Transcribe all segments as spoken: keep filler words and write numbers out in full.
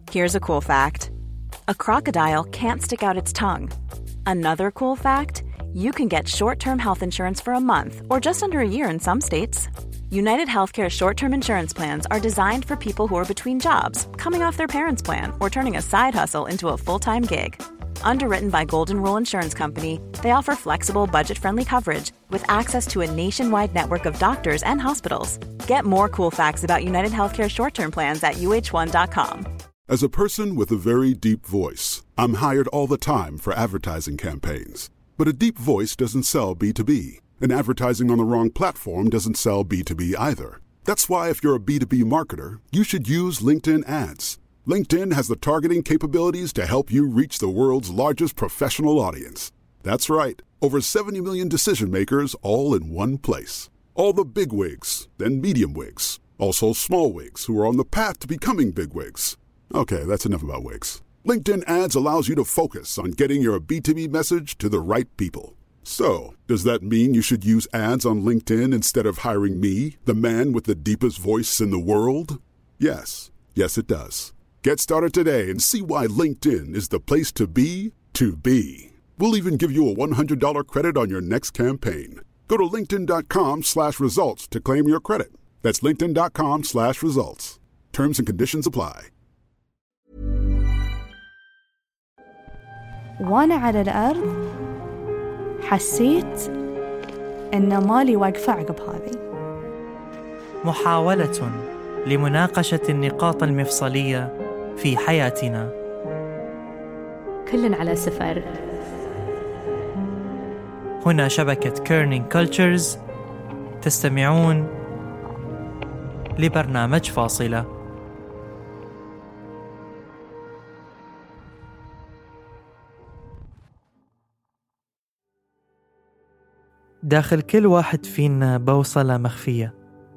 Here's a cool fact. A crocodile can't stick out its tongue. Another cool fact, you can get short-term health insurance for a month or just under a year in some states. United Healthcare short-term insurance plans are designed for people who are between jobs, coming off their parents' plan, or turning a side hustle into a full-time gig. Underwritten by Golden Rule Insurance Company, they offer flexible, budget-friendly coverage with access to a nationwide network of doctors and hospitals. Get more cool facts about United Healthcare short-term plans at U H one dot com. As a person with a very deep voice, I'm hired all the time for advertising campaigns. But a deep voice doesn't sell B two B, and advertising on the wrong platform doesn't sell B two B either. That's why if you're a B two B marketer, you should use LinkedIn ads. LinkedIn has the targeting capabilities to help you reach the world's largest professional audience. That's right, over seventy million decision makers all in one place. All the big wigs, then medium wigs, also small wigs who are on the path to becoming big wigs. Okay, that's enough about wigs. LinkedIn ads allows you to focus on getting your B two B message to the right people. So, does that mean you should use ads on LinkedIn instead of hiring me, the man with the deepest voice in the world? Yes, yes it does. Get started today and see why LinkedIn is the place to be, to be. We'll even give you a one hundred dollars credit on your next campaign. Go to linkedin.com slash results to claim your credit. That's linkedin.com slash results. Terms and conditions apply. وأنا على الأرض حسيت إن مالي واقفة عقب هذه. محاولة لمناقشة النقاط المفصلية في حياتنا. كلنا على سفر. هنا شبكة كيرنينج كولتشرز، تستمعون لبرنامج فاصلة. داخل كل واحد فينا بوصلة مخفية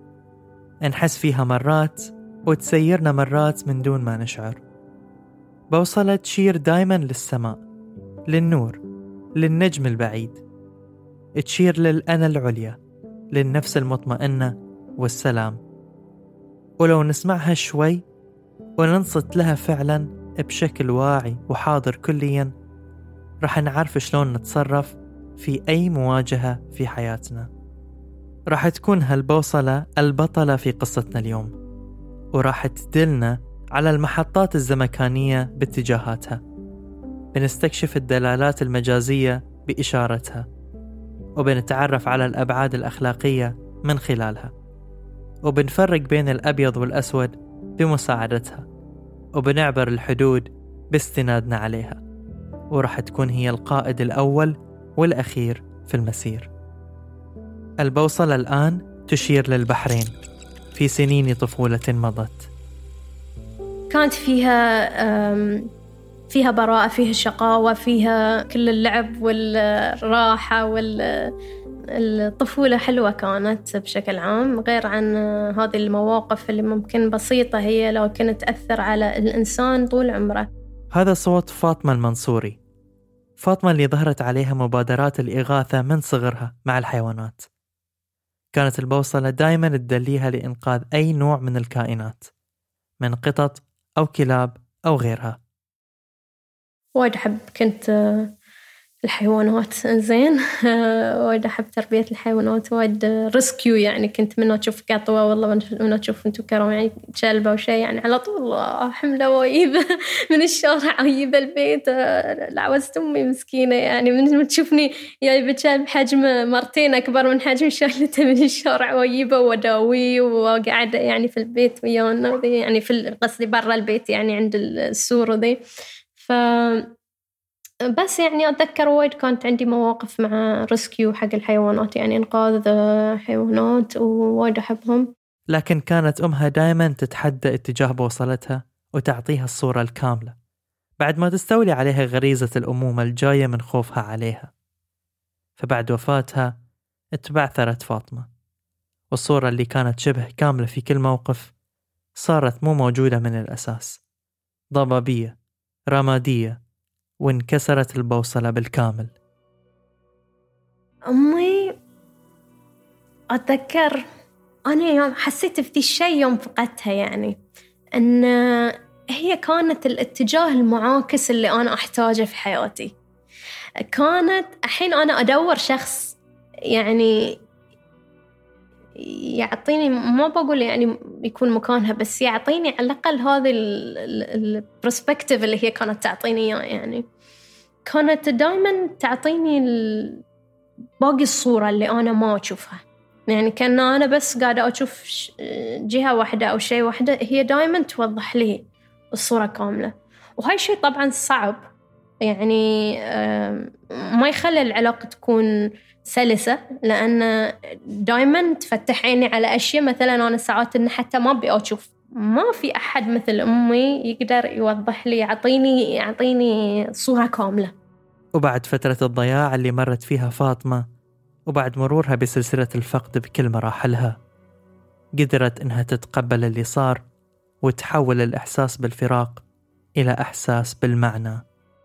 نحس فيها مرات وتسيرنا مرات من دون ما نشعر. بوصلة تشير دايما للسماء، للنور، للنجم البعيد، تشير للأنا العليا، للنفس المطمئنة والسلام. ولو نسمعها شوي وننصت لها فعلا بشكل واعي وحاضر كليا، رح نعرف شلون نتصرف في أي مواجهة في حياتنا. راح تكون هالبوصلة البطلة في قصتنا اليوم، وراح تدلنا على المحطات الزمكانية باتجاهاتها. بنستكشف الدلالات المجازية بإشارتها، وبنتعرف على الأبعاد الأخلاقية من خلالها، وبنفرق بين الأبيض والأسود بمساعدتها، وبنعبر الحدود باستنادنا عليها. وراح تكون هي القائد الأول والأخير في المسير. البوصلة الآن تشير للبحرين في سنين طفولة مضت. كانت فيها فيها براءة، فيها شقاوة، فيها كل اللعب والراحة والطفولة حلوة كانت بشكل عام، غير عن هذه المواقف اللي ممكن بسيطة هي لكن تأثر على الإنسان طول عمره. هذا صوت فاطمة المنصوري. فاطمة اللي ظهرت عليها مبادرات الإغاثة من صغرها مع الحيوانات. كانت البوصلة دايما تدليها لإنقاذ أي نوع من الكائنات، من قطط أو كلاب أو غيرها. وايد أحب كنت الحيوانات، إنزين وايد أحب تربية الحيوانات، وايد ريسكيو يعني. كنت منها تشوف قطوة والله منها تشوف أنتو كرام يعني كلبة أو شيء يعني على طول حملة وأجيبه من الشارع أجيبه البيت. لعوزت أمي مسكينة يعني من تشوفني جايبة كلب حجمه مرتين أكبر من حجم شايلته من الشارع وأجيبه وداويه وقاعدة يعني في البيت ويانا يعني في قصدي برا البيت يعني عند السور ذي. ف بس يعني أتذكر وايد كانت عندي مواقف مع ريسكيو حق الحيوانات، يعني إنقاذ حيوانات ووايد أحبهم. لكن كانت أمها دائما تتحدى اتجاه بوصلتها وتعطيها الصورة الكاملة بعد ما تستولي عليها غريزة الأمومة الجاية من خوفها عليها. فبعد وفاتها اتبعثرت فاطمة، والصورة اللي كانت شبه كاملة في كل موقف صارت مو موجودة من الأساس، ضبابية رمادية، وانكسرت البوصلة بالكامل. أمي أتذكر أنا يوم حسيت في الشيء يوم فقدتها، يعني أن هي كانت الاتجاه المعاكس اللي أنا أحتاجه في حياتي. كانت الحين أنا أدور شخص يعني يعطيني، ما بقول يعني يكون مكانها، بس يعطيني على الأقل هذه البرسبكتيف اللي هي كانت تعطيني إياه. يعني كانت دائما تعطيني باقي الصورة اللي أنا ما أشوفها. يعني كأن أنا بس قاعدة أشوف جهة واحدة أو شيء واحدة، هي دائما توضح لي الصورة كاملة. وهاي شيء طبعا صعب، يعني ما يخلي العلاقة تكون سلسة، لأن دائما تفتح عيني على أشياء مثلا أنا ساعات إن حتى ما أبي أشوف. ما في أحد مثل أمي يقدر يوضح لي، يعطيني يعطيني صورة كاملة. وبعد فترة الضياع اللي مرت فيها فاطمة، وبعد مرورها بسلسلة الفقد بكل مراحلها، قدرت إنها تتقبل اللي صار وتحول الإحساس بالفراق إلى إحساس بالمعنى.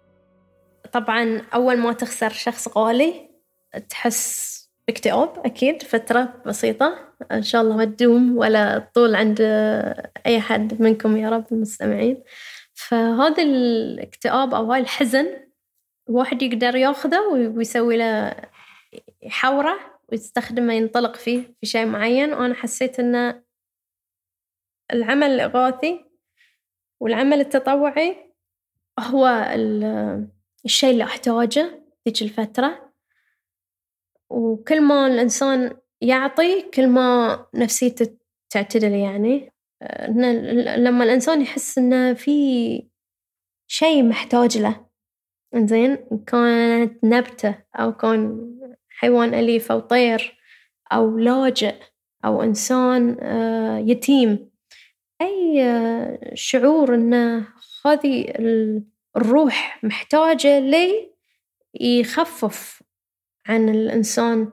طبعا أول ما تخسر شخص غالي تحس باكتئاب أكيد، فترة بسيطة إن شاء الله ما تدوم ولا طول عند أي حد منكم يا رب المستمعين. فهذا الاكتئاب أو هاي الحزن واحد يقدر ياخذه ويسوي له يحوره ويستخدمه ينطلق فيه في شيء معين. وأنا حسيت أن العمل الإغاثي والعمل التطوعي هو الشيء اللي أحتاجه ذيك الفترة. وكل ما الإنسان يعطي كل ما نفسيته تعتدل. يعني لما الإنسان يحس إنه في شيء محتاج له، إنزين كانت نبتة أو كان حيوان أليف أو طير أو لاجئ أو إنسان يتيم، أي شعور إنه هذه الروح محتاجة لي يخفف عن الإنسان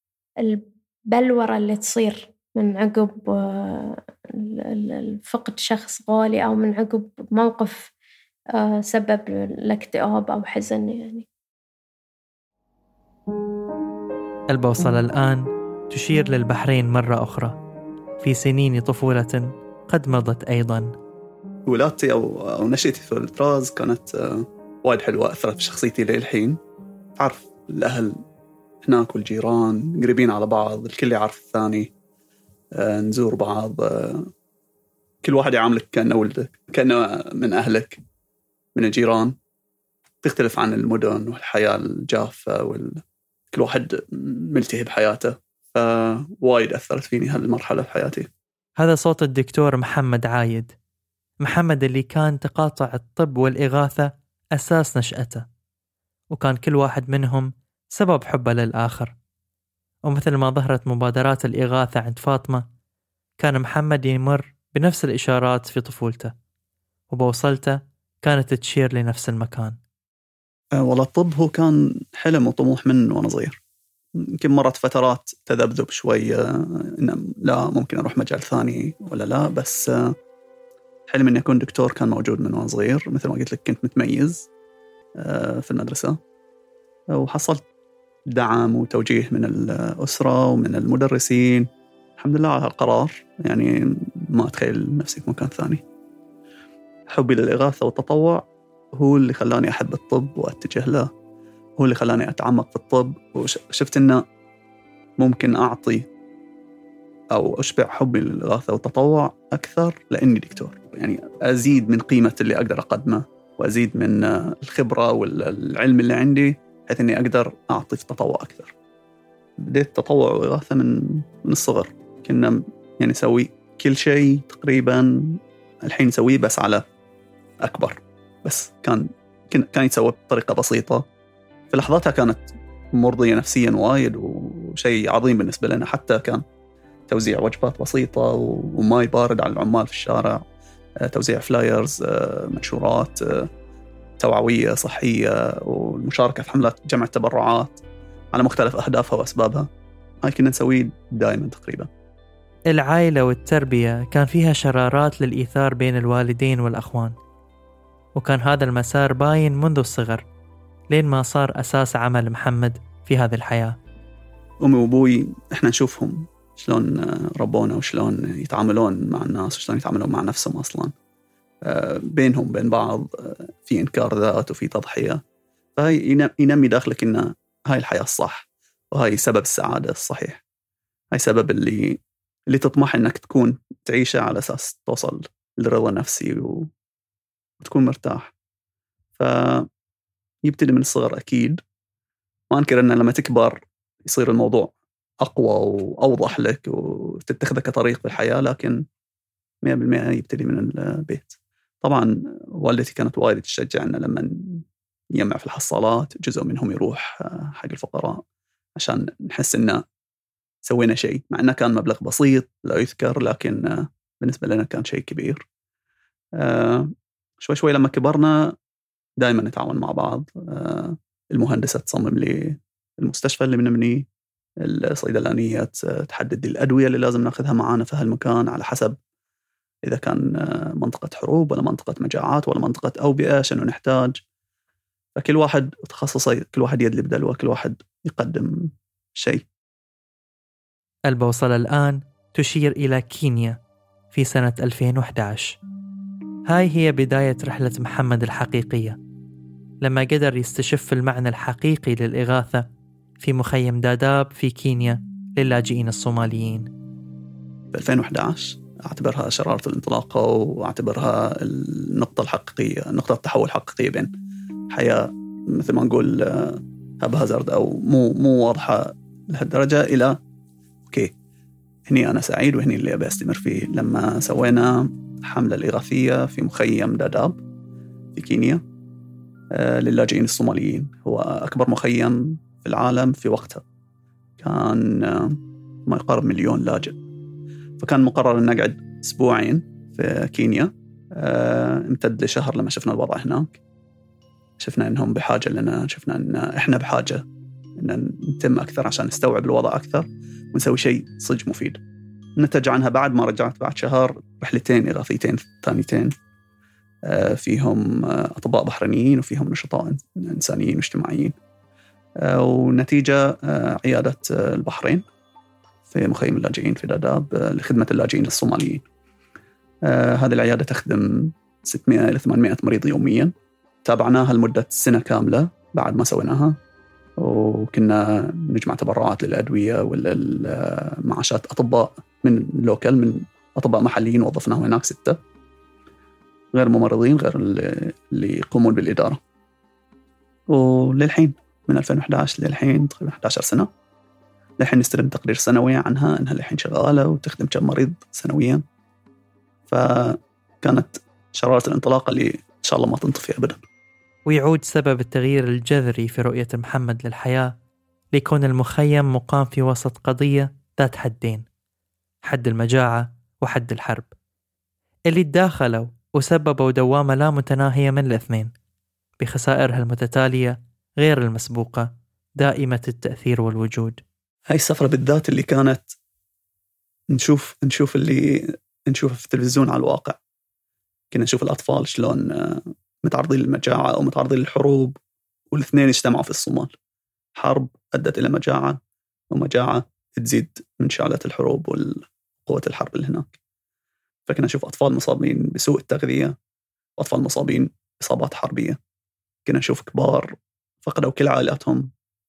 البلورة اللي تصير من عقب الفقد شخص غالي أو من عقب موقف سبب الاكتئاب أو حزن. يعني البوصلة الآن تشير للبحرين مرة أخرى في سنين طفولة قد مضت أيضا. ولادتي أو, أو نشأتي في الطراز كانت وايد حلوة، أثرت بشخصيتي للحين. تعرف الأهل هناك والجيران قريبين على بعض، الكل يعرف الثاني، نزور بعض، كل واحد يعاملك كأنه ولدك، كأنه من أهلك، من الجيران. تختلف عن المدن والحياة الجافة وال... كل واحد ملتهي بحياته. فوايد أثرت فيني هالمرحلة في حياتي. هذا صوت الدكتور محمد عايد، محمد اللي كان تقاطع الطب والإغاثة أساس نشأته، وكان كل واحد منهم سبب حبه للآخر. ومثل ما ظهرت مبادرات الإغاثة عند فاطمة، كان محمد يمر بنفس الإشارات في طفولته، وبوصلته كانت تشير لنفس المكان. أه والله الطب هو كان حلم وطموح من وأنا صغير. يمكن مرت فترات تذبذب شوية، إن لا ممكن أروح مجال ثاني ولا لا، بس حلم إني أكون دكتور كان موجود من وأنا صغير. مثل ما قلت لك كنت متميز في المدرسة، وحصلت دعم وتوجيه من الأسرة ومن المدرسين. الحمد لله على القرار، يعني ما أتخيل نفسي في مكان ثاني. حبي للإغاثة والتطوع هو اللي خلاني أحب الطب وأتجه له، هو اللي خلاني أتعمق في الطب، وشفت إنه ممكن أعطي أو أشبع حبي للإغاثة والتطوع أكثر لأني دكتور. يعني أزيد من قيمة اللي أقدر أقدمه، وأزيد من الخبرة والعلم اللي عندي، حيث إني أقدر أعطي في التطوع أكثر. بديت تطوع وإغاثة من من الصغر. كنا يعني نسوي كل شيء تقريبا الحين نسويه بس على أكبر، بس كان كان يتسوى بطريقة بسيطة. في لحظاتها كانت مرضية نفسيا وايد، وشيء عظيم بالنسبة لنا. حتى كان توزيع وجبات بسيطة وماي بارد على العمال في الشارع، توزيع فلايرز، منشورات توعوية صحية، والمشاركة في حملات جمع التبرعات على مختلف أهدافها وأسبابها. هاي كنا نسويه دائما تقريبا. العائلة والتربية كان فيها شرارات للإيثار بين الوالدين والأخوان، وكان هذا المسار باين منذ الصغر لين ما صار أساس عمل محمد في هذه الحياة. أمي وأبوي إحنا نشوفهم شلون ربونا وشلون يتعاملون مع الناس وشلون يتعاملون مع نفسهم أصلا. بينهم بين بعض في إنكار ذات وفي تضحية. فهي ينمي داخلك إن هاي الحياة الصح، وهاي سبب السعادة الصحيح، هاي سبب اللي اللي تطمح إنك تكون تعيشه على أساس توصل للرضا النفسي وتكون مرتاح. فيبتدي من الصغر أكيد. ما أنكر أن لما تكبر يصير الموضوع أقوى وأوضح لك وتتخذه كطريق في الحياة، لكن مئة بالمئة يبتدي من البيت. طبعا والدتي كانت وايد تشجعنا لما نجمع في الحصالات جزء منهم يروح حق الفقراء عشان نحس إنه سوينا شيء، مع أنه كان مبلغ بسيط لا يذكر، لكن بالنسبة لنا كان شيء كبير. شوي شوي لما كبرنا دائما نتعاون مع بعض. المهندسة تصمم لي المستشفى اللي بنبنيه، الصيدلانية تحدد الأدوية اللي لازم ناخذها معانا في هالمكان على حسب إذا كان منطقة حروب ولا منطقة مجاعات ولا منطقة أوبئة شنو نحتاج. فكل واحد تخصصه، كل واحد يدلي بدلوه، كل واحد يقدم شيء. البوصلة الآن تشير إلى كينيا في سنة ألفين وإحدى عشر. هاي هي بداية رحلة محمد الحقيقية، لما قدر يستشف المعنى الحقيقي للإغاثة في مخيم داداب في كينيا للاجئين الصوماليين. في ألفين وإحدى عشر أعتبرها شرارة الانطلاقة، وأعتبرها النقطة الحقيقية، نقطة التحول الحقيقية بين حياة مثل ما نقول هابهازارد أو مو مو واضحة لهالدرجة إلى أوكي هني أنا سعيد وهني اللي أبي أستمر فيه. لما سوينا حملة الإغاثية في مخيم داداب في كينيا للاجئين الصوماليين، هو أكبر مخيم في العالم في وقتها، كان ما يقارب مليون لاجئ. فكان مقرر أن نقعد أسبوعين في كينيا، امتد لشهر. لما شفنا الوضع هناك شفنا أنهم بحاجة لنا، شفنا أن إحنا بحاجة أن نتم أكثر عشان نستوعب الوضع أكثر ونسوي شيء صج مفيد. نتج عنها بعد ما رجعت بعد شهر رحلتين إغاثيتين ثانيتين فيهم أطباء بحرينيين وفيهم نشطاء إنسانيين واجتماعيين، ونتيجة عيادة البحرين في مخيم اللاجئين في داداب لخدمة اللاجئين الصوماليين. هذه العيادة تخدم ستمائة إلى ثمانمائة مريض يوميا. تابعناها لمدة سنة كاملة بعد ما سويناها، وكنا نجمع تبرعات للأدوية والمعاشات أطباء من اللوكال، من أطباء محليين وظفناهم هناك ستة غير ممرضين غير اللي يقومون بالإدارة. وللحين من ألفين وإحدى عشر للحين تقريبا إحدى عشرة سنة، للحين نستلم تقرير سنوي عنها أنها للحين شغالة وتخدم كم مريض سنويا. فكانت شرارة الانطلاقة اللي إن شاء الله ما تنطفي أبدا. ويعود سبب التغيير الجذري في رؤية محمد للحياة ليكون المخيم مقام في وسط قضية ذات حدين، حد المجاعة وحد الحرب، اللي تداخلوا وسببوا دوامة لا متناهية من الاثنين بخسائرها المتتالية غير المسبوقة دائمة التأثير والوجود. هاي السفرة بالذات اللي كانت نشوف نشوف اللي نشوفه في التلفزيون على الواقع. كنا نشوف الأطفال شلون متعرضين للمجاعة أو متعرضين للحروب، والاثنين اجتمعوا في الصومال. حرب أدت إلى مجاعة، ومجاعة تزيد من شعلة الحروب وقوة الحرب اللي هناك. فكنا نشوف أطفال مصابين بسوء التغذية، وأطفال مصابين بإصابات حربية. كنا نشوف كبار فقدوا كل عائلاتهم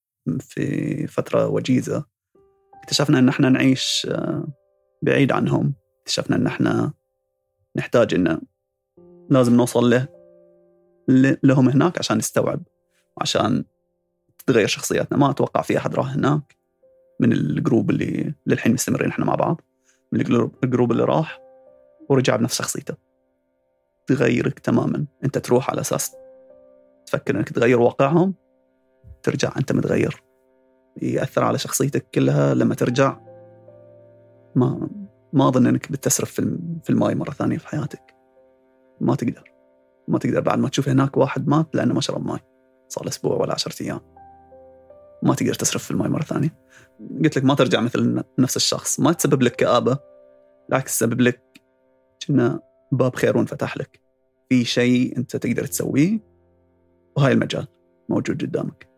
في فترة وجيزة. اكتشفنا أن احنا نعيش بعيد عنهم، اكتشفنا أن احنا نحتاج أن لازم نوصل له لهم هناك عشان نستوعب وعشان تتغير شخصياتنا. ما أتوقع في أحد راح هناك من الجروب اللي للحين مستمرين احنا مع بعض، من الجروب اللي راح ورجع بنفس شخصيته. تغيرك تماما. أنت تروح على أساس تفكر أنك تغير واقعهم، ترجع أنت متغير. يأثر على شخصيتك كلها. لما ترجع ما ما أظن أنك بتسرف في الماء مرة ثانية في حياتك. ما تقدر ما تقدر بعد ما تشوف هناك واحد مات لأنه ما شرب ماء صار أسبوع ولا عشرة أيام، ما تقدر تسرف في الماء مرة ثانية. قلت لك ما ترجع مثل نفس الشخص. ما تسبب لك كآبة، بالعكس تسبب لك كأنه باب خير وانفتح لك في شيء أنت تقدر تسويه، وهاي المجال موجود قدامك.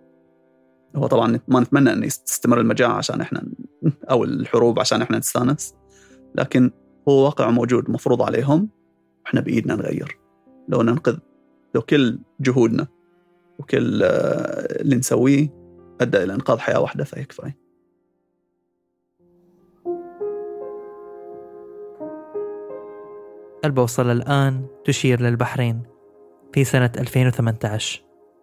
هو طبعا ما نتمنى أن تستمر المجاعة عشان إحنا أو الحروب عشان إحنا نستانس، لكن هو واقع موجود مفروض عليهم، وإحنا بإيدنا نغير. لو ننقذ، لو كل جهودنا وكل اللي نسويه أدى إلى إنقاذ حياة واحدة فيكفي. البوصلة الآن تشير للبحرين في سنة ألفين وثمانية عشر،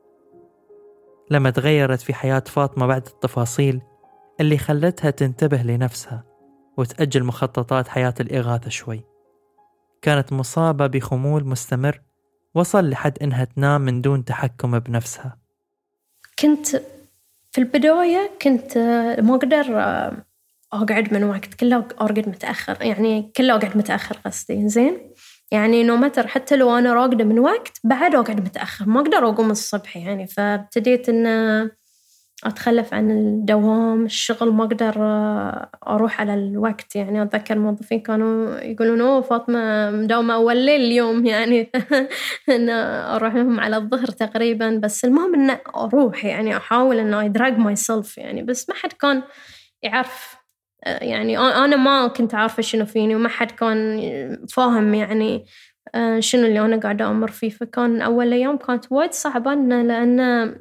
لما تغيرت في حياة فاطمة بعد التفاصيل اللي خلتها تنتبه لنفسها وتأجل مخططات حياة الإغاثة شوي. كانت مصابة بخمول مستمر وصل لحد إنها تنام من دون تحكم بنفسها. كنت في البداية كنت ما أقدر أقعد من وقت، كله أرقد متأخر، يعني كله أقعد متأخر قصدي زين، يعني نومتر حتى لو أنا راقدة من وقت بعد أقعد متأخر، ما أقدر أقوم الصبح يعني. فابتديت إن أتخلف عن الدوام، الشغل ما أقدر أروح على الوقت يعني. أتذكر موظفين كانوا يقولون أوه فاطمة مداومة أول ليل اليوم يعني إن أروح لهم على الظهر تقريبا، بس المهم إن أروح يعني، أحاول إن I drag myself يعني، بس ما حد كان يعرف يعني. أنا ما كنت عارفة شنو فيني وما حد كان فاهم يعني شنو اللي أنا قاعدة أمر فيه. فكان أول أيام كانت وايد صعبة لأن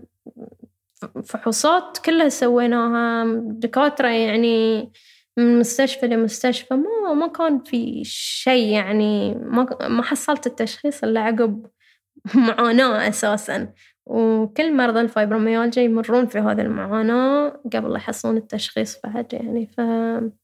فحوصات كلها سويناها دكاترة يعني من مستشفى لمستشفى، ما ما كان في شيء يعني، ما ما حصلت التشخيص إلا عقب معاناة أساساً. وكل مرضى الفايبروميالجيا يمرون في هذه المعاناة قبل لا يحصلون التشخيص بعد يعني. فكانت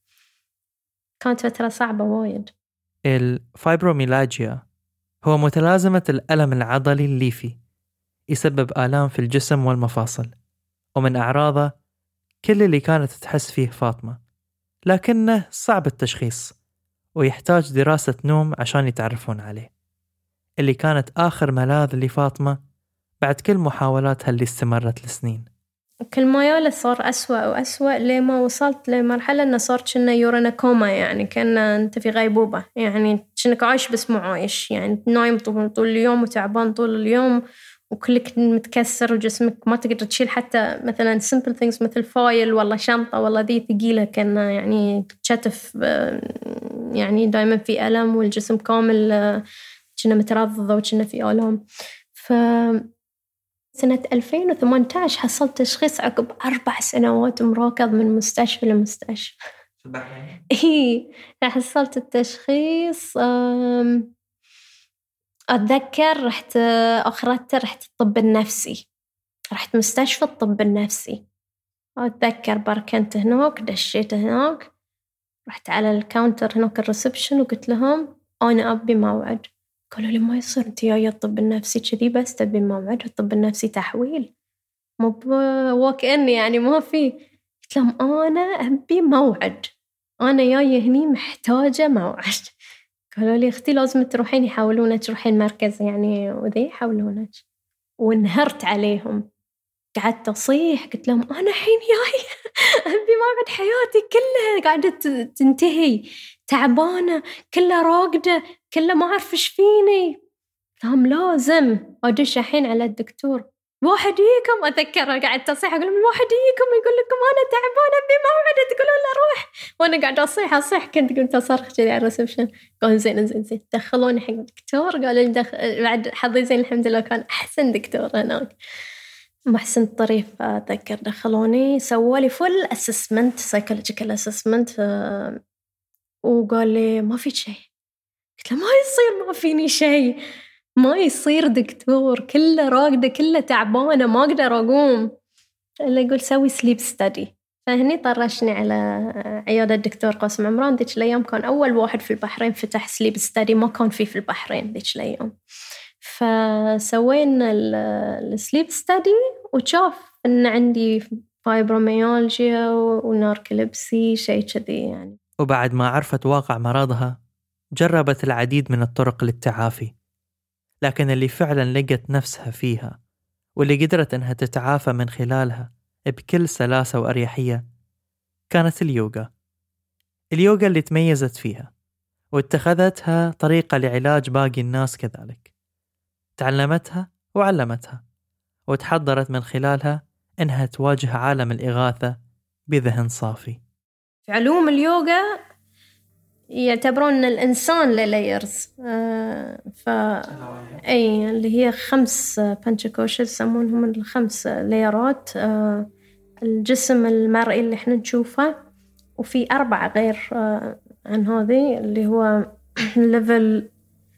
فترة صعبة وايد. الفايبروميالجيا هو متلازمة الألم العضلي الليفي، يسبب آلام في الجسم والمفاصل، ومن أعراضه كل اللي كانت تحس فيه فاطمة، لكنه صعب التشخيص ويحتاج دراسة نوم عشان يتعرفون عليه، اللي كانت آخر ملاذ لفاطمة بعد كل محاولاتها اللي استمرت لسنين. كل ما ياله صار أسوأ وأسوأ لما وصلت لمرحلة أنه صارت كنا يورينا كوما يعني، كان أنت في غيبوبة يعني، كأنك عايش بس مو عايش يعني، نايم طول, طول اليوم وتعبان طول اليوم وكلك متكسر وجسمك ما تقدر تشيل حتى مثلا simple things مثل فايل ولا شنطة ولا ذي ثقيلة، كان يعني تشتف يعني دايما في ألم والجسم كامل كنا مترضض وكنا في آلام. ف سنة ألفين وثمانية عشر حصلت تشخيص عقب أربع سنوات مراكض من مستشفى لمستشفى. إيه حصلت التشخيص. أتذكر رحت أخرت رحت الطب النفسي، رحت مستشفى الطب النفسي. أتذكر بركنت هناك، دشيت هناك، رحت على الكاونتر هناك الريسبشن وقلت لهم أنا أبي موعد. قالوا لي ما يصير، أنت جاية الطب النفسي كذي بس تبي موعد؟ الطب النفسي تحويل مو بوك إن يعني ما في. قلت لهم أنا أبي موعد، أنا جاية هني محتاجة موعد. قالوا لي أختي لازم تروحين يحاولونك تروحين مركز يعني وذي يحاولونك. وانهرت عليهم، قعدت أصيح، قلت لهم أنا حين جاي أبي موعد، حياتي كلها قاعدة تنتهي، تعبانة، كلها راقدة، كلها ما أعرف إيش فيني. لهم لازم أدش الحين على الدكتور، واحد يجيكم. أذكر قاعدة أصيح أقول لهم واحد يجيكم يقول لكم أنا تعبانة أبي موعد، تقولون لا روح. وأنا قاعدة أصيح أصيح كنت قلت أصرخ كذي على الريسبشن. قالوا زين زين زين دخلوني حق الدكتور. قالوا لي دخل، بعد حظي زين الحمد لله كان أحسن دكتور هناك محسن الطريف. أتذكر دخلوني سوالي فل أسسمنت سايكولوجيكال أسسمنت، وقال لي ما في شيء. قلت له ما يصير ما فيني شيء، ما يصير دكتور، كله راقدة كله تعبانة ما أقدر أقوم. اللي يقول سوي سليب ستادي. فهني طرشني على عيادة الدكتور قاسم عمران. ذيك الأيام كان أول واحد في البحرين فتح سليب ستادي، ما كان فيه في البحرين ذيك الأيام. فسوينا السليب ستادي وشاف إن عندي فايبروميالجيا وناركوليبسي شيء كذي يعني. وبعد ما عرفت واقع مرضها جربت العديد من الطرق للتعافي، لكن اللي فعلا لقت نفسها فيها واللي قدرت أنها تتعافى من خلالها بكل سلاسة وأريحية كانت اليوغا. اليوغا اللي تميزت فيها واتخذتها طريقة لعلاج باقي الناس كذلك، تعلمتها وعلمتها وتحضرت من خلالها أنها تواجه عالم الإغاثة بذهن صافي. في علوم اليوغا يعتبرون أن الإنسان له layers. ف أي اللي هي خمس بنشكوشز يسمونهم الخمس ليرات. الجسم المرئي اللي إحنا نشوفه، وفي أربعة غير عن هذه اللي هو ليفل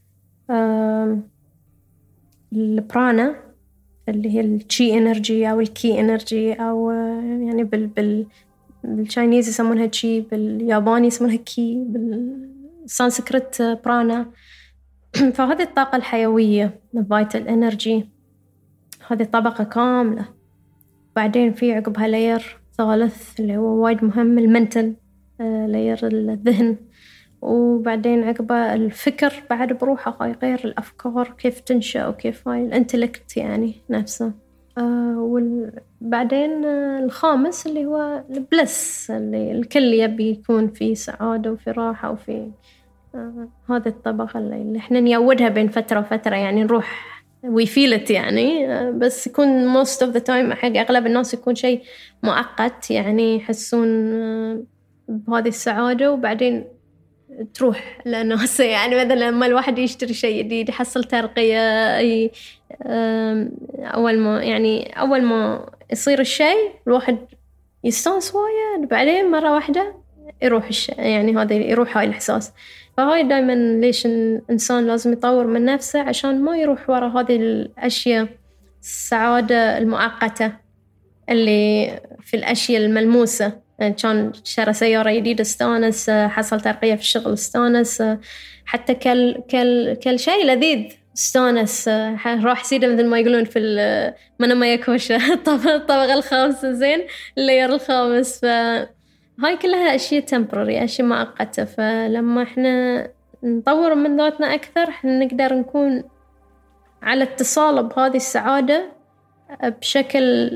البرانا اللي هي الشي انرجي أو الكي انرجي، أو يعني بال بال بالتشاينيز يسمونها تشي، بالياباني يسمونها كي، بالسانسكريت برانا. فهذه الطاقة الحيوية الفايتال انرجي، هذه طبقة كاملة. بعدين في عقبها لاير ثالث اللي هو وايد مهم، المنتل لاير الذهن. وبعدين عقبه الفكر بعد بروحه، هاي غير الأفكار كيف تنشأ وكيف هاي الانتلكت يعني نفسه. آه وبعدين آه الخامس اللي هو البلس، اللي الكل يبي يكون في سعادة وفي راحة وفي آه هذه الطبقة اللي احنا نيودها بين فترة وفترة، يعني نروح we feel it يعني آه بس يكون most of the time حق أغلب الناس يكون شيء مؤقت، يعني يحسون آه بهذه السعادة وبعدين تروح لناس. يعني مثلا لما الواحد يشتري شيء جديد يحصل ترقية، أي أول ما يعني أول ما يصير الشيء الواحد يستانس وايد، بعدين مرة واحدة يروح الشيء، يعني هذا يروح هاي الإحساس. فهاي دايما ليش الإنسان لازم يطور من نفسه عشان ما يروح وراء هذه الأشياء، السعادة المؤقتة اللي في الأشياء الملموسة. يعني كان شرى سيارة جديدة استانس، حصل ترقية في الشغل استانس، حتى كل كل كل شيء لذيذ استانس، راح سيدة مثل ما يقولون في من ما يكوش الطبقة الخامسة زين اللاير الخامس. فهاي كلها أشياء temporary، أشياء مؤقتة. فلما إحنا نطور من ذاتنا أكثر إحنا نقدر نكون على اتصال بهذه السعادة بشكل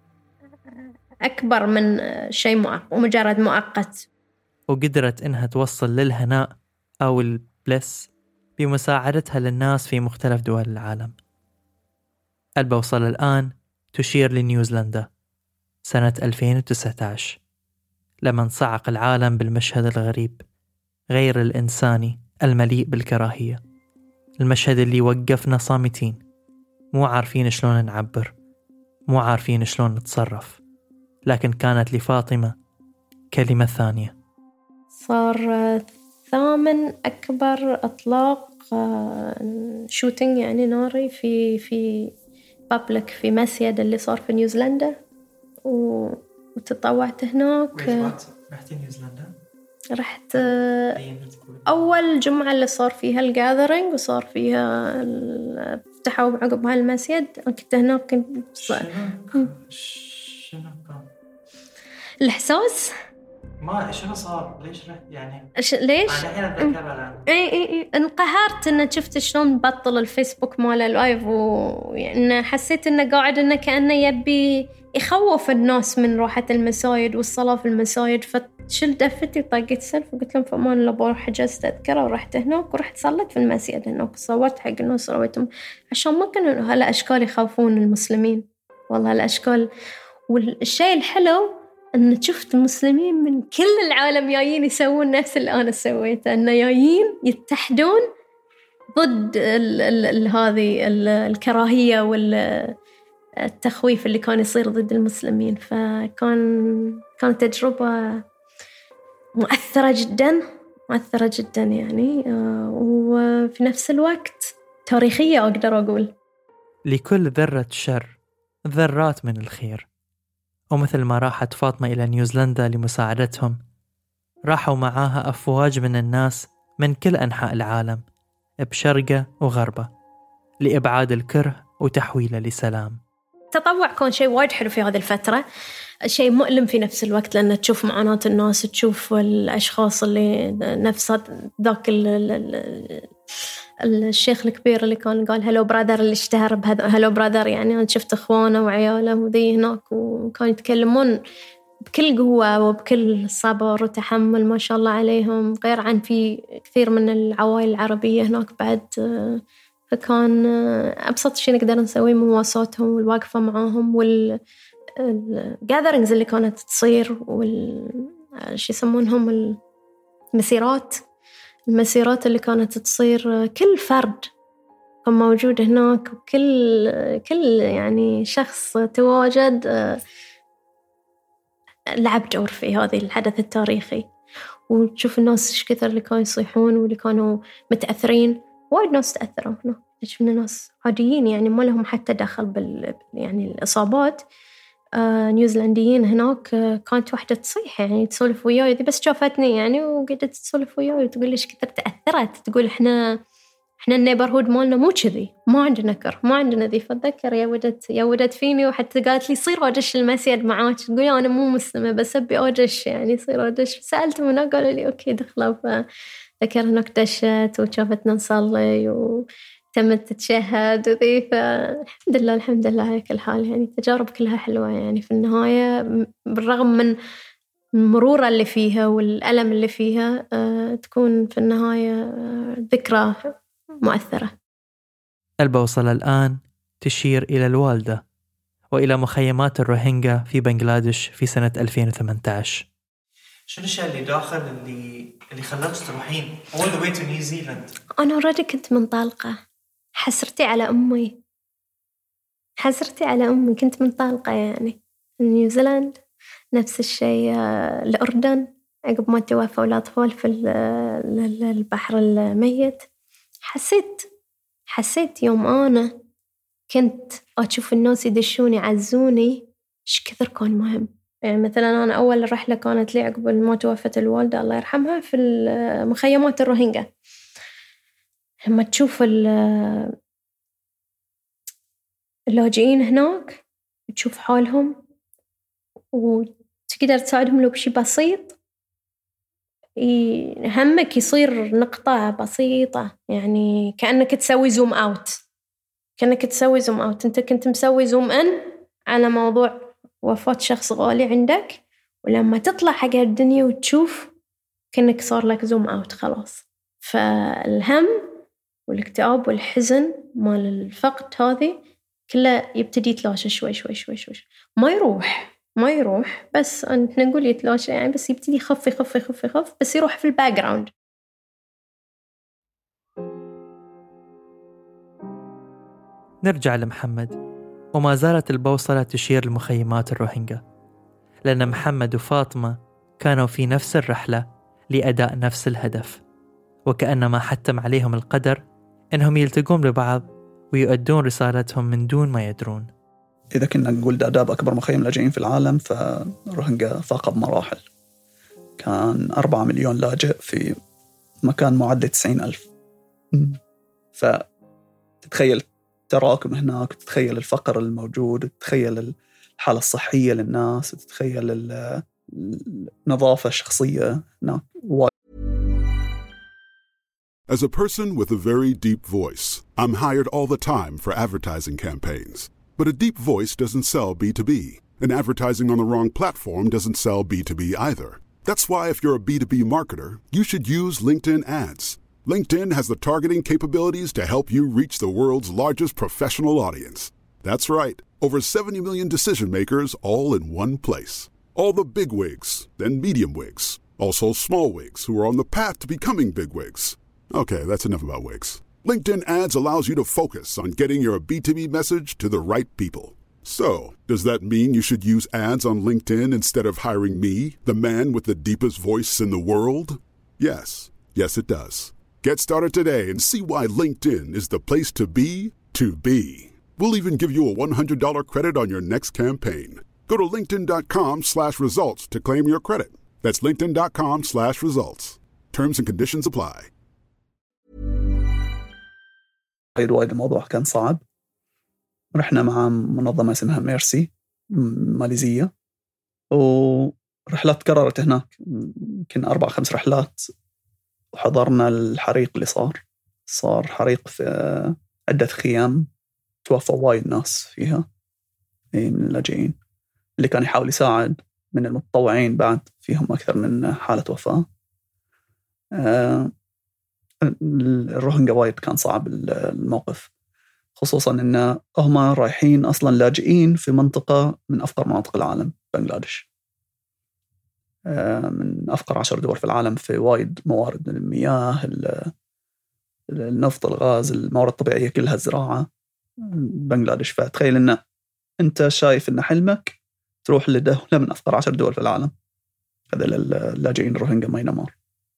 أكبر من شيء مؤقت ومجرد مؤقت. وقدرت إنها توصل للهناء أو البلس بمساعدتها للناس في مختلف دول العالم. البوصلة الآن تشير لنيوزيلندا سنة ألفين وتسعة عشر، لما انصعق العالم بالمشهد الغريب غير الإنساني المليء بالكراهية، المشهد اللي وقفنا صامتين، مو عارفين شلون نعبر، مو عارفين شلون نتصرف. لكن كانت لفاطمة كلمة ثانية. صار ثامن أكبر إطلاق شوتينج يعني ناري في في بابليك في مسجد اللي صار في نيوزيلندا، وتطوعت هناك. رحت نيوزيلندا؟ رحت أول جمعة اللي صار فيها الجاذرينج وصار فيها فتحوا عقب هالمسجد. كنت هناك. كنت شنو كان الإحساس؟ ما شنو صار؟ ليش رحت يعني؟ أش... ليش؟ أنا الحين أتذكرها. إي إي إي انقهرت إن شفت شلون بطل الفيسبوك ماله اللايف، وإن حسيت إنه قاعد إنه كأنه يبي يخوف الناس من روحة المساجد والصلاة في المساجد. فشل دفتي طاقت سلف وقلت لهم فمان الله بروح حجزت تذكرة ورحت هناك ورحت صلت في المسجد هناك، صورت حق الناس رويتهم عشان ما كانوا هالأشكال يخافون المسلمين. والله الأشكال. والشيء الحلو أن شفت المسلمين من كل العالم جايين يسوون نفس اللي أنا سويته، أنه جايين يتحدون ضد ال ال ال هذه ال الكراهية والتخويف اللي كان يصير ضد المسلمين. فكان كانت تجربة مؤثرة جدا مؤثرة جدا يعني، وفي نفس الوقت تاريخية أقدر أقول. لكل ذرة شر ذرات من الخير. ومثل ما راحت فاطمة إلى نيوزيلندا لمساعدتهم، راحوا معاها أفواج من الناس من كل أنحاء العالم بشرقه وغربه لإبعاد الكره وتحويله لسلام. التطوع كان شيء وايد حلو في هذه الفترة، شيء مؤلم في نفس الوقت، لأن تشوف معاناة الناس، تشوف الأشخاص اللي نفس ذاك الشيخ الكبير اللي كان قال هلو برادر، اللي اشتهر بهذا هلو برادر. يعني أنا شفت إخوانه وعياله وذي هناك، وكانوا يتكلمون بكل قوة وبكل صبر وتحمل ما شاء الله عليهم، غير عن في كثير من العوائل العربية هناك بعد. فكان أبسط شيء نقدر نسويه مواساتهم والواقفة معاهم، والجاذرينجز اللي كانت تصير، والشي يسمونهم المسيرات المسيرات اللي كانت تصير، كل فرد كان موجود هناك، وكل كل يعني شخص تواجد لعب دور في هذه الحدث التاريخي. وتشوف الناس إيش كثر اللي كانوا يصيحون واللي كانوا متأثرين. وايد ناس تأثروا هنا، شفنا ناس عاديين يعني ما لهم حتى دخل بال يعني الإصابات. آه نيوزيلنديين هناك، آه كانت واحدة تصيح يعني تسولف وياي، دي بس شافتني يعني وقعدت تسولف وياي وتقول إيش كثر تأثرت، تقول إحنا إحنا النيبرهود مالنا مو كذي، ما عندنا كر، ما عندنا ذي. فأتذكر يا ودت يا ودت فيني، وحتى قالت لي صير أدش المسجد معاك، تقول أنا مو مسلمة بس أبي أدش يعني صير أدش. سألت هناك قالوا لي أوكي دخلوا. فذكر هناك دشت وشافتنا نصلي وتمت تتشهد وذي. فالحمد لله الحمد لله على كل حال يعني التجارب كلها حلوة يعني في النهاية، بالرغم من المرورة اللي فيها والألم اللي فيها أه تكون في النهاية أه ذكرى مؤثرة. البوصلة الآن تشير إلى الوالدة وإلى مخيمات الروهينجا في بنغلاديش في سنة ألفين وثمانية عشر. شو الأشياء اللي داخل اللي اللي خلاك تروحين all the way to New Zealand؟ أنا أوريدي كنت منطلقة، حسرتي على أمي حسرتي على أمي كنت منطلقة يعني. نيوزيلاند نفس الشيء، الأردن عقب ما توفوا الأطفال في البحر الميت. حسيت حسيت يوم أنا كنت أشوف الناس يدشون يعزوني إيش كثر كان مهم. يعني مثلا أنا أول رحلة كانت لي عقب ما توفت الوالدة الله يرحمها في مخيمات الروهينجا. لما تشوف اللاجئين هناك تشوف حالهم وتقدر تساعدهم لو بشي بسيط، همك يصير نقطة بسيطة يعني كأنك تسوي زوم أوت كأنك تسوي زوم أوت أنت كنت مسوي زوم إن على موضوع وفاة شخص غالي عندك، ولما تطلع حق الدنيا وتشوف كأنك صار لك زوم أوت خلاص. فالهم والاكتئاب والحزن مال الفقد هذه كله يبتدي يتلاشى شوي شوي شوي شوي ما يروح ما يروح بس أنت نقول يتلاشى يعني، بس يبتدي يخف يخف يخف يخف بس يروح في الباك جراوند. نرجع لمحمد، وما زالت البوصلة تشير لمخيمات الروهينجا، لأن محمد وفاطمة كانوا في نفس الرحلة لأداء نفس الهدف، وكأنما حتم عليهم القدر أنهم يلتقون ببعض ويؤدون رسالتهم من دون ما يدرون. إذا كنا نقول داداب أكبر مخيم لاجئين في العالم، فالروهينجا فاق بمراحل. كان أربعة مليون لاجئ في مكان معدل تسعين ألف. فتتخيل تراكم هناك، تتخيل الفقر الموجود، تتخيل الحالة الصحية للناس، تتخيل النظافة الشخصية هناك. As a person with a very deep voice, I'm hired all the time for advertising campaigns. But a deep voice doesn't sell B two B, and advertising on the wrong platform doesn't sell B two B either. That's why if you're a B two B marketer, you should use LinkedIn ads. LinkedIn has the targeting capabilities to help you reach the world's largest professional audience. That's right, over seventy million decision makers all in one place. All the big wigs, then medium wigs, also small wigs who are on the path to becoming big wigs. Okay, that's enough about wigs. LinkedIn ads allows you to focus on getting your B two B message to the right people. So, does that mean you should use ads on LinkedIn instead of hiring me, the man with the deepest voice in the world? Yes, yes it does. Get started today and see why LinkedIn is the place to be, to be. We'll even give you a one hundred dollars credit on your next campaign. Go to linkedin.com slash results to claim your credit. That's linkedin.com slash results. Terms and conditions apply. وايد وايد الموضوع كان صعب. رحنا مع منظمة اسمها ميرسي ماليزية، ورحلات كررت هناك يمكن أربع خمس رحلات، وحضرنا الحريق اللي صار صار حريق في عدة خيام، توفى وايد ناس فيها من اللاجئين. اللي كان يحاول يساعد من المتطوعين بعد فيهم أكثر من حالة وفاة. أه الروهينجا وايد كان صعب الموقف، خصوصاً إن هم رايحين أصلاً لاجئين في منطقة من أفقر مناطق العالم، بنغلاديش. من أفقر عشر دول في العالم في وايد موارد، المياه، النفط، الغاز، الموارد الطبيعية كلها، الزراعة، بنغلاديش. فتخيل إن أنت شايف إن حلمك تروح لدولة من أفقر عشر دول في العالم، هذا اللاجئين الروهينجا ماينمار.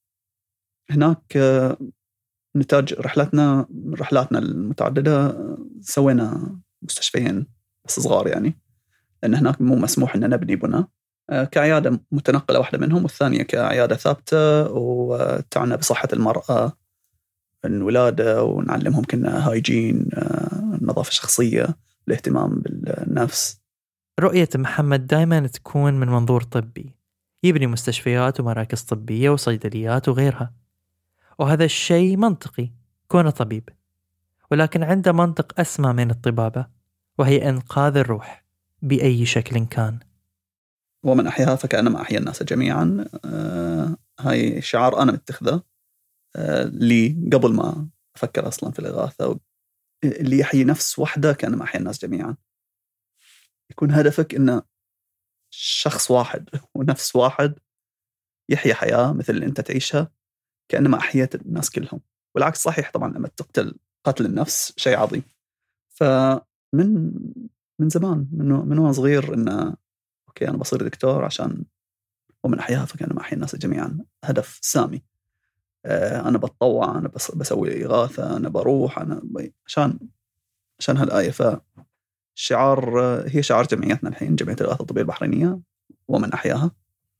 هناك نتاج رحلتنا رحلاتنا المتعددة سوينا مستشفيين بس صغار يعني، لأن هناك مو مسموح إن نبني بنا، كعيادة متنقلة واحدة منهم، والثانية كعيادة ثابتة وتعنى بصحة المرأة، الولادة، ونعلمهم كنا هايجين، النظافة الشخصية، الاهتمام بالنفس. رؤية محمد دايما تكون من منظور طبي، يبني مستشفيات ومراكز طبية وصيدليات وغيرها، وهذا الشيء منطقي كونه طبيب، ولكن عنده منطق أسمى من الطبابة، وهي إنقاذ الروح بأي شكل كان. ومن أحياها فكأنما أحيا الناس جميعا. آه هاي شعار أنا متخذه آه لي قبل ما أفكر أصلا في الإغاثة، اللي يحيي نفس واحدة كأنما أحيا الناس جميعا. يكون هدفك إنه شخص واحد ونفس واحد يحيي حياة مثل اللي أنت تعيشها كأنما أحيت الناس كلهم. والعكس صحيح طبعا، لما تقتل قتل النفس شيء عظيم. فمن من زمان من من وانا صغير إنه أوكي أنا بصير دكتور عشان ومن أحياها فكأنما أحيا الناس جميعا، هدف سامي. آه أنا بتطوع، أنا بس بسوي إغاثة، أنا بروح، أنا ب... عشان عشان هالآية. فالشعار هي شعار جمعيتنا الحين، جمعية الإغاثة الطبية البحرينية ومن أحياها.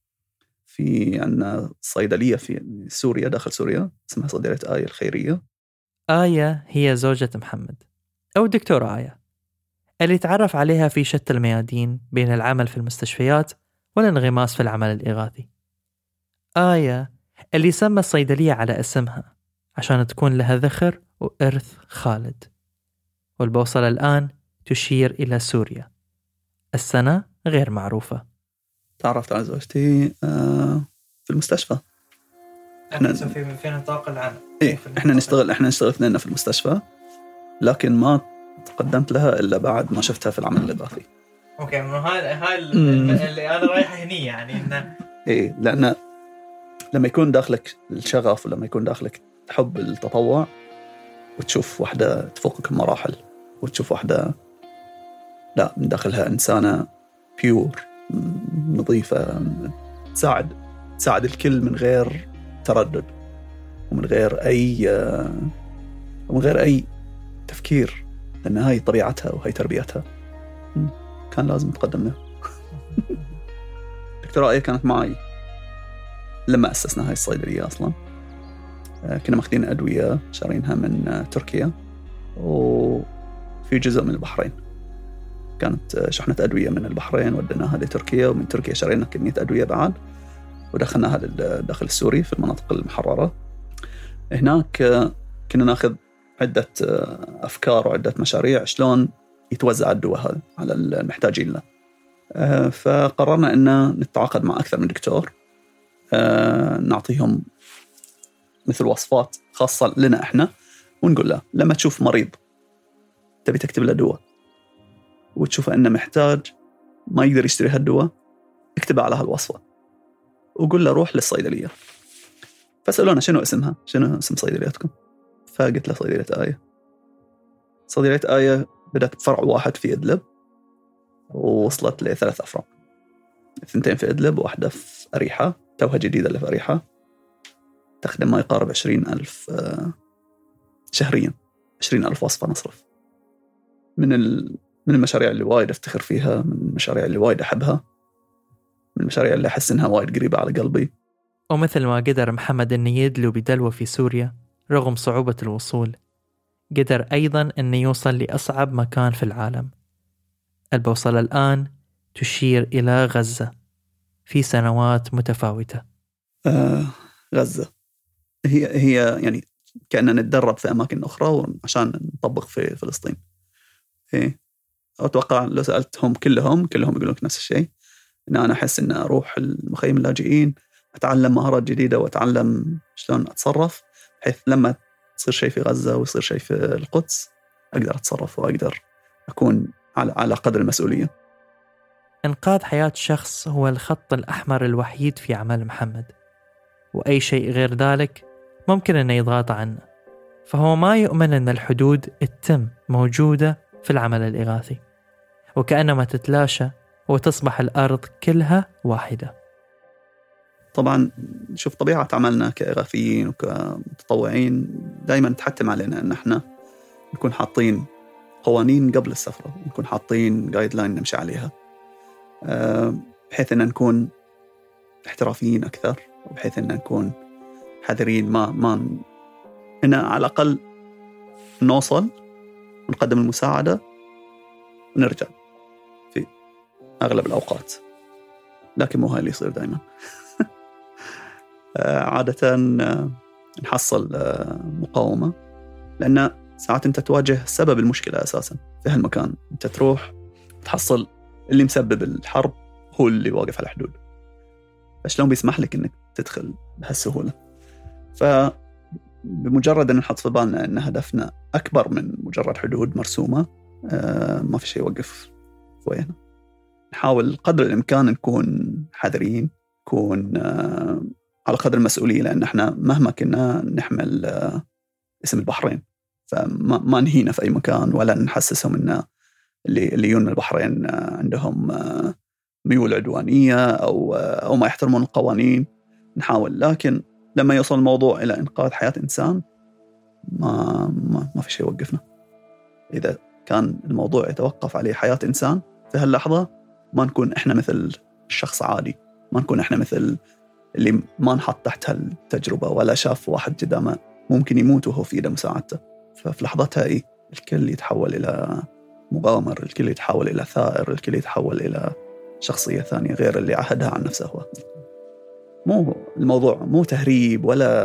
في عندنا صيدلية في سوريا، داخل سوريا، اسمها صيدلية آية الخيرية. آية هي زوجة محمد، أو دكتورة آية، اللي تعرف عليها في شتى الميادين بين العمل في المستشفيات والانغماس في العمل الإغاثي. آية اللي سمى الصيدلية على اسمها عشان تكون لها ذخر وإرث خالد. والبوصلة الآن تشير إلى سوريا، السنة غير معروفة. تعرفت على زوجتي في المستشفى. احنا في في نطاق العمل. إيه إحنا نشتغل إحنا نشتغل اثنين في المستشفى، لكن ما تقدمت لها إلا بعد ما شفتها في العمل الإغاثي. أوكي، إنه هاي هاي اللي أنا رايح هني يعني إنه إيه، لأن لما يكون داخلك الشغف ولما يكون داخلك حب التطوع وتشوف واحدة تفوقك مراحل، وتشوف واحدة لا من داخلها إنسانة بيور نظيفة، تساعد تساعد الكل من غير تردد ومن غير أي ومن غير أي تفكير، لأن هاي طبيعتها وهي تربيتها. كان لازم تقدم له. دكتورة آية كانت معي لما أسسنا هاي الصيدلية أصلا. كنا ماخذين أدوية شارينها من تركيا وفي جزء من البحرين، كانت شحنة أدوية من البحرين وديناها لتركيا، ومن تركيا شرينا كمية أدوية بعد ودخلناها للداخل السوري في المناطق المحررة. هناك كنا ناخذ عدة أفكار وعدة مشاريع شلون يتوزع الدواء هذا على المحتاجين له. فقررنا أن نتعاقد مع أكثر من دكتور، نعطيهم مثل وصفات خاصة لنا إحنا، ونقول له لما تشوف مريض تبي تكتب له دواء وتشوف أنه محتاج ما يقدر يشتري هالدواء، اكتبه على هالوصفة وقول له روح للصيدلية. فسألونا شنو اسمها، شنو اسم صيدليتكم؟ فقلت له صيدلية آية. صيدلية آية بدأت بفرع واحد في إدلب ووصلت لثلاث أفرع، اثنتين في إدلب وواحدة في أريحة، توها جديدة اللي في أريحة، تخدم ما يقارب عشرين ألف شهريا، عشرين ألف وصفة نصرف. من ال... من المشاريع اللي وايد أفتخر فيها، من المشاريع اللي وايد أحبها، من المشاريع اللي أحس إنها وايد قريبة على قلبي. ومثل ما قدر محمد أن يدلو بدلوة في سوريا رغم صعوبة الوصول، قدر أيضا أن يوصل لأصعب مكان في العالم. البوصلة الآن تشير إلى غزة في سنوات متفاوتة. آه غزة هي هي يعني كأننا نتدرب في أماكن أخرى عشان نطبق في فلسطين. إيه أتوقع لو سألتهم كلهم كلهم يقولون نفس الشيء، إن أنا أحس إن أروح المخيم اللاجئين أتعلم مهارات جديدة وأتعلم شلون أتصرف، بحيث لما يصير شيء في غزة ويصير شيء في القدس أقدر أتصرف وأقدر أكون على على قدر المسؤولية. إنقاذ حياة شخص هو الخط الأحمر الوحيد في عمل محمد، وأي شيء غير ذلك ممكن أن يضغط عنه. فهو ما يؤمن أن الحدود التم موجودة في العمل الإغاثي، وكأنما تتلاشى وتصبح الأرض كلها واحدة. طبعا شوف طبيعة عملنا كإغاثيين وكمتطوعين دايما تحتم علينا أن احنا نكون حاطين قوانين قبل السفرة، نكون حاطين جايد لاين نمشي عليها، بحيث أن نكون احترافيين أكثر، وبحيث أن نكون حذرين ما ما هنا على الأقل نوصل ونقدم المساعدة ونرجع في أغلب الأوقات. لكن مو هاي اللي يصير دائما. عادة نحصل مقاومة، لأن ساعات أنت تواجه سبب المشكلة أساسا في هالمكان. أنت تروح تحصل اللي مسبب الحرب هو اللي واقف على الحدود، فشلون بيسمح لك أنك تدخل بهالسهولة؟ فبمجرد أن نحط في بالنا أن هدفنا أكبر من مجرد حدود مرسومة، ما في شيء يوقف وينه. نحاول قدر الإمكان نكون حذرين، نكون على قدر المسؤولية، لأن احنا مهما كنا نحمل اسم البحرين، فما ما نهينا في أي مكان ولا نحسسهم أن اللي اللي يجون من البحرين عندهم ميول عدوانية أو أو ما يحترمون القوانين. نحاول، لكن لما يوصل الموضوع إلى إنقاذ حياة إنسان ما ما ما في شيء يوقفنا. إذا كان الموضوع يتوقف عليه حياة إنسان في هاللحظة، ما نكون إحنا مثل الشخص عادي، ما نكون إحنا مثل اللي ما نحط تحت هالتجربة ولا شاف واحد قدامه ممكن يموت وهو في إيده مساعدته. ففي لحظتها إيه، الكل يتحول إلى مغامر، الكل يتحول إلى ثائر، الكل يتحول إلى شخصية ثانية غير اللي عهدها عن نفسه هو. مو الموضوع مو تهريب ولا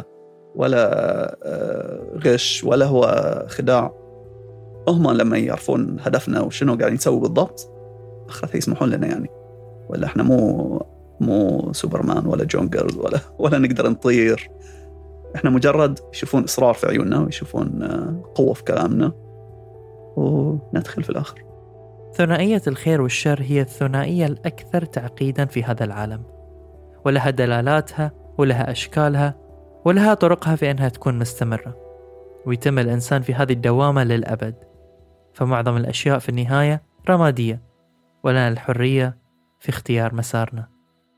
ولا غش ولا هو خداع. هم لما يعرفون هدفنا وشنو قاعدين نسوي بالضبط أخرتها يسمحون لنا يعني. ولا إحنا مو مو سوبرمان ولا جون جيرل ولا ولا نقدر نطير. إحنا مجرد يشوفون إصرار في عيوننا ويشوفون قوة في كلامنا وندخل في الآخر. ثنائية الخير والشر هي الثنائية الأكثر تعقيداً في هذا العالم، ولها دلالاتها ولها أشكالها ولها طرقها في أنها تكون مستمرة، ويتم الإنسان في هذه الدوامة للأبد. فمعظم الأشياء في النهاية رمادية، ولنا الحرية في اختيار مسارنا.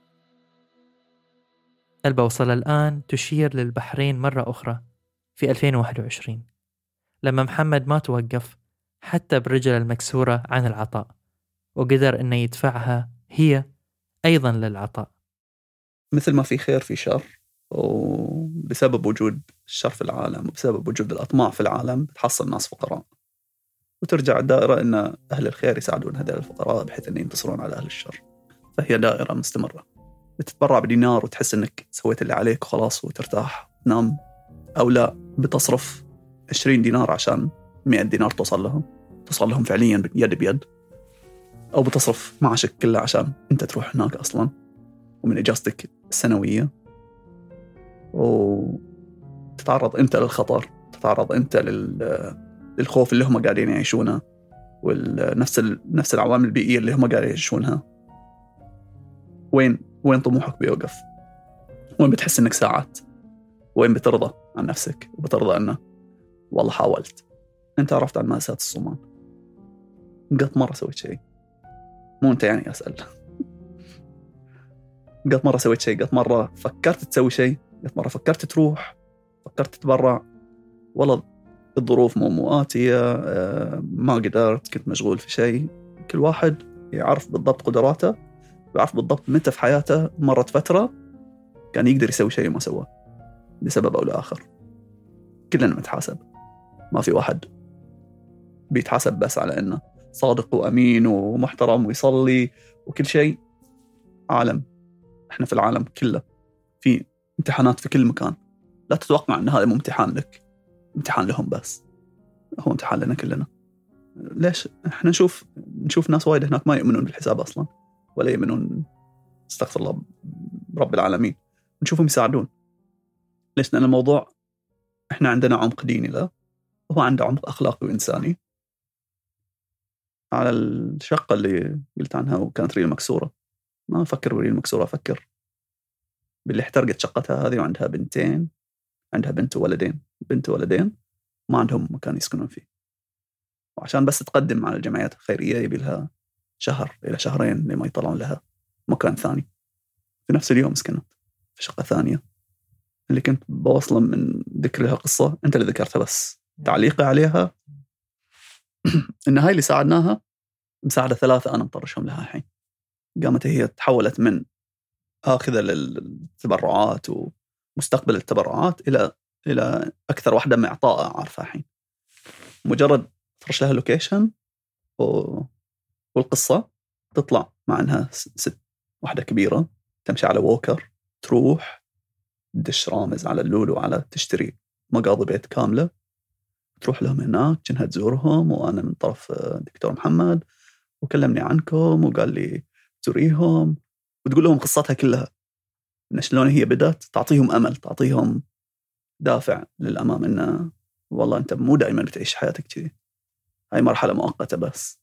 البوصلة الآن تشير للبحرين مرة أخرى في ألفين وواحد وعشرين، لما محمد ما توقف حتى برجل المكسورة عن العطاء، وقدر أنه يدفعها هي أيضا للعطاء. مثل ما في خير في شر، وبسبب وجود الشر في العالم وبسبب وجود الأطماع في العالم بتحصل ناس فقراء، وترجع الدائرة أن أهل الخير يساعدون هذول الفقراء بحيث أن ينتصرون على أهل الشر. فهي دائرة مستمرة. بتتبرع بدينار وتحس أنك سويت اللي عليك وخلاص وترتاح نام، أو لا بتصرف عشرين دينار عشان مئة دينار توصل لهم توصل لهم فعليا يد بيد، أو بتصرف معاشك كله عشان أنت تروح هناك أصلا ومن إجازتك السنوية، وتتعرض أنت للخطر، تتعرض أنت للخوف اللي هم قاعدين يعيشونه، ونفس نفس العوامل البيئية اللي هم قاعدين يعيشونها. وين وين طموحك بيوقف؟ وين بتحس إنك ساعات؟ وين بترضى عن نفسك وبترضى أنه والله حاولت؟ أنت عرفت عن مأساة الصومال، قد مرة سويت شيء؟ مو أنت يعني أسأل. قد مرة سويت شيء؟ قد مرة فكرت تسوي شيء؟ قد مرة فكرت تروح؟ فكرت تتبرع؟ والله الظروف مو مؤاتية، ما قدرت، كنت مشغول في شيء. كل واحد يعرف بالضبط قدراته ويعرف بالضبط متى في حياته مرت فترة كان يقدر يسوي شيء وما سواه بسبب أو لآخر. كلنا متحاسب، ما في واحد بيتحاسب بس على أنه صادق وأمين ومحترم ويصلي وكل شيء. عالم، إحنا في العالم كله في امتحانات في كل مكان. لا تتوقع أن هذا امتحان لك، امتحان لهم بس، هو امتحان لنا كلنا. ليش إحنا نشوف نشوف ناس وايد هناك ما يؤمنون بالحساب أصلا ولا يؤمنون استغفر الله رب العالمين، نشوفهم يساعدون. ليش؟ لأن الموضوع إحنا عندنا عمق ديني له، وهو عنده عمق أخلاقي وإنساني. على الشقة اللي قلت عنها وكانت ريل مكسورة، ما أفكر بريل مكسورة، أفكر باللي احترقت شقتها هذه وعندها بنتين، عندها بنت وولدين، بنت وولدين ما عندهم مكان يسكنون فيه، وعشان بس تقدم على الجمعيات الخيرية يبي لها شهر إلى شهرين لما يطلعون لها مكان ثاني. في نفس اليوم سكنت في شقة ثانية. اللي كنت بوصله من ذكر لها قصة أنت اللي ذكرتها، بس تعليقي عليها إن هاي اللي ساعدناها مساعدة ثلاثة أنا مطرشهم لها الحين. قامت هي تحولت من آخذة للتبرعات ومستقبل التبرعات إلى إلى أكثر واحدة معطاءة عارفة الحين. مجرد فرش لها لوكيشن و... والقصة تطلع مع أنها ست، واحدة كبيرة تمشي على ووكر، تروح تدش رامز على اللولو على تشتري مقاضي بيت كاملة، تروح لهم هناك كأنها تزورهم، وأنا من طرف دكتور محمد وكلمني عنكم وقال لي تزوريهم وتقول لهم قصتها كلها إن شلون هي بدأت، تعطيهم أمل، تعطيهم دافع للأمام إنه والله أنت مو دائما بتعيش حياتك كذي، هاي مرحلة مؤقتة بس.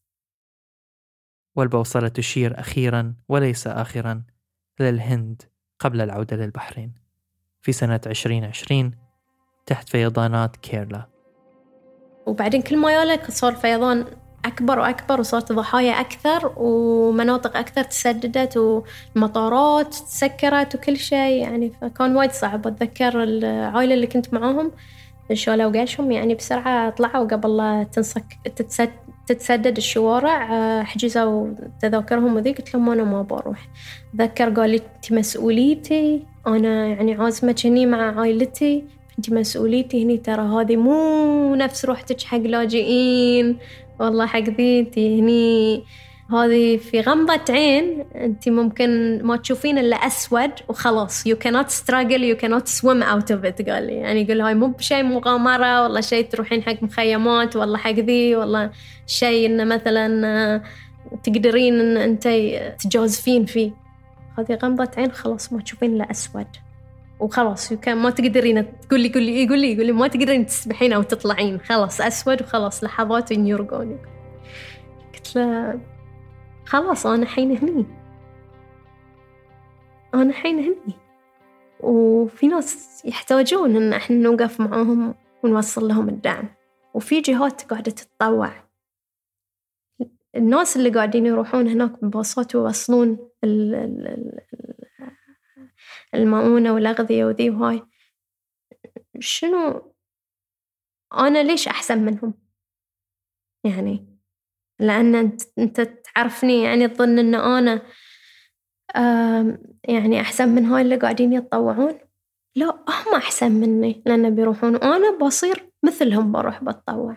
والبوصلة تشير أخيرا وليس آخرا للهند قبل العودة للبحرين في سنة عشرين عشرين تحت فيضانات كيرلا. وبعدين كل ما يالك صار فيضان أكبر وأكبر، وصارت ضحايا أكثر ومناطق أكثر تسددت والمطارات تسكرت وكل شيء يعني، فكان وايد صعب. أتذكر العائلة اللي كنت معاهم شالوا قاشهم يعني بسرعة، طلعوا قبل لا تنسك تتسد تتسدد الشوارع، حجزوا تذاكرهم وذي. قلت لهم أنا ما بروح. ذكر قال لي أنت مسؤوليتي، أنا يعني عازمة هني مع عائلتي، أنت مسؤوليتي هني، ترى هذه مو نفس روحتك حق لاجئين، والله حق ذيتي هني هذه في غمضة عين أنت ممكن ما تشوفين إلا أسود وخلاص. you cannot struggle you cannot swim out of it. قال لي يعني يقول هاي مو بشيء مغامرة والله شيء تروحين حق مخيمات والله حق ذي والله شيء إنه مثلا تقدرين إن أنت تجازفين فيه. هذه غمضة عين خلاص ما تشوفين إلا أسود وخلاص يمكن ما تقدرين تقولي قولي يقولي يقولي ما تقدرين تسبحين أو تطلعين، خلاص أسود وخلاص لحظات ينيرقوني. قلت له خلاص أنا حين هني، أنا حين هني، وفي ناس يحتاجون إن إحنا نوقف معاهم ونوصل لهم الدعم، وفي جهات قاعدة تتطوع. الناس اللي قاعدين يروحون هناك بباصات ويوصلون المؤونة والأغذية وذي وهاي، شنو أنا ليش أحسن منهم يعني؟ لأن أنت, انت تعرفني يعني تظن أن أنا يعني أحسن من هاي اللي قاعدين يتطوعون؟ لا، هم أحسن مني لأن بيروحون وأنا بصير مثلهم بروح بتطوع.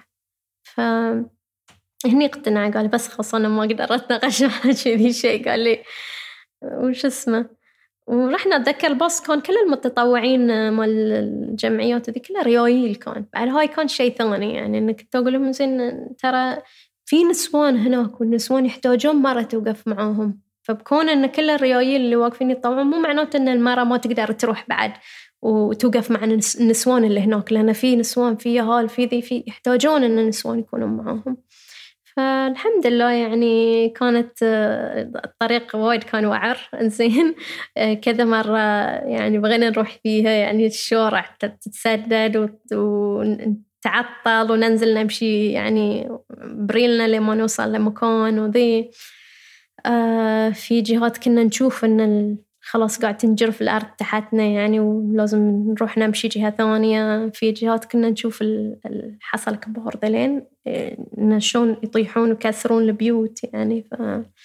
فهني اقتنع، قال بس خلاص أنا ما أقدر أتناقش مع شيء شيء. قال لي وش اسمه، ورحنا أتذكر الباص كان كل المتطوعين مال الجمعيات ذي كلها ريايل. كان بعد هاي كان شيء ثاني يعني إنك تقول لهم زين ترى في نسوان هناك والنسوان يحتاجون مرة توقف معاهم، فبكون إن كل الريايل اللي واقفين يتطوعون مو معناته إن المرة ما تقدر تروح بعد وتوقف مع النسوان اللي هناك، لأن في نسوان في يهال في ذي في يحتاجون إن النسوان يكونوا معاهم. فالحمد لله يعني كانت الطريق وايد كان وعر إنزين. كذا مرة يعني بغينا نروح فيها يعني الشوارع تتسدد وتعطل وننزل نمشي يعني بريلنا لما نوصل لمكان وذي. في جهات كنا نشوف إن خلاص قاعد تنجرف الأرض تحتنا يعني ولازم نروح نمشي جهة ثانية. في جهات كنا نشوف الحصى الكبار ذلين إن شلون يطيحون ويكسرون البيوت يعني، ف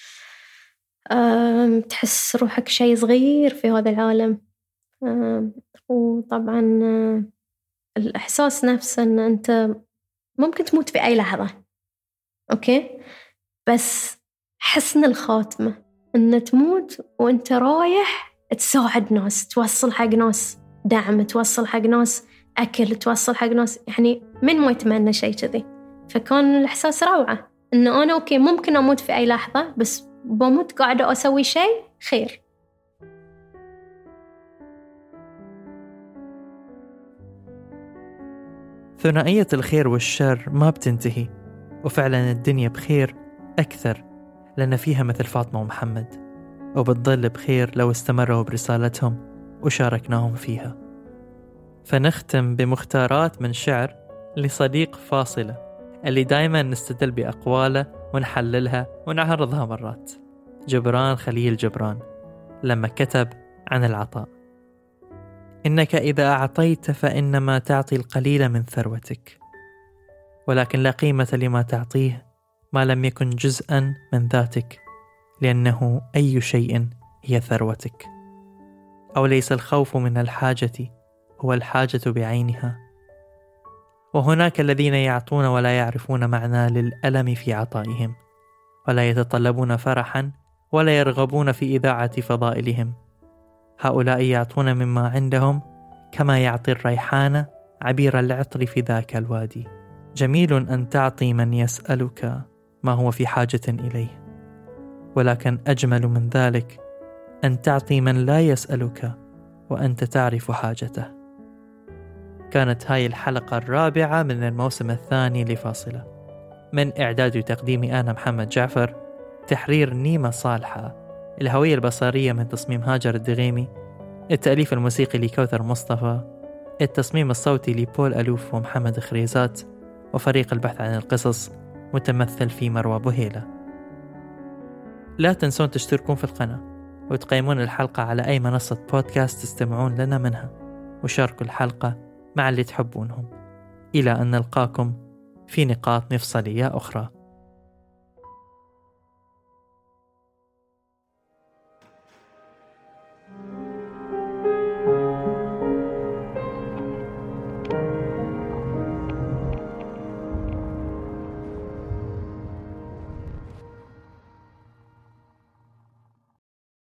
تحس روحك شيء صغير في هذا العالم. وطبعا الإحساس نفسه إن أنت ممكن تموت في أي لحظة، أوكي، بس حسن الخاتمة إن تموت وأنت رايح تساعد ناس، توصل حق ناس دعم، توصل حق ناس أكل، توصل حق ناس يعني من ما يتمنى شيء كذي. فكان الإحساس روعة إن أنا أوكي ممكن أموت في أي لحظة بس بموت قاعدة أسوي شيء خير. ثنائية الخير والشر ما بتنتهي، وفعلا الدنيا بخير أكثر لأن فيها مثل فاطمة ومحمد، وبتظل بخير لو استمروا برسالتهم وشاركناهم فيها. فنختم بمختارات من شعر لصديق فاصلة اللي دايما نستدل بأقواله ونحللها ونعرضها مرات، جبران خليل جبران، لما كتب عن العطاء: إنك إذا أعطيت فإنما تعطي القليل من ثروتك، ولكن لا قيمة لما تعطيه ما لم يكن جزءا من ذاتك، لأنه أي شيء هي ثروتك. أو ليس الخوف من الحاجة هو الحاجة بعينها. وهناك الذين يعطون ولا يعرفون معنى للألم في عطائهم، ولا يتطلبون فرحا ولا يرغبون في إذاعة فضائلهم. هؤلاء يعطون مما عندهم كما يعطي الريحان عبير العطر في ذاك الوادي. جميل أن تعطي من يسألك ما هو في حاجة إليه، ولكن أجمل من ذلك أن تعطي من لا يسألك وأنت تعرف حاجته. كانت هاي الحلقة الرابعة من الموسم الثاني لفاصلة، من إعداد وتقديمي أنا محمد جعفر، تحرير نيمة صالحة، الهوية البصرية من تصميم هاجر الدغيمي، التأليف الموسيقي لكوثر مصطفى، التصميم الصوتي لبول ألوف ومحمد خريزات، وفريق البحث عن القصص متمثل في مروى بوهيلة. لا تنسون تشتركون في القناة وتقيمون الحلقة على أي منصة بودكاست تستمعون لنا منها، وشاركوا الحلقة مع اللي تحبونهم. إلى أن نلقاكم في نقاط مفصلية أخرى.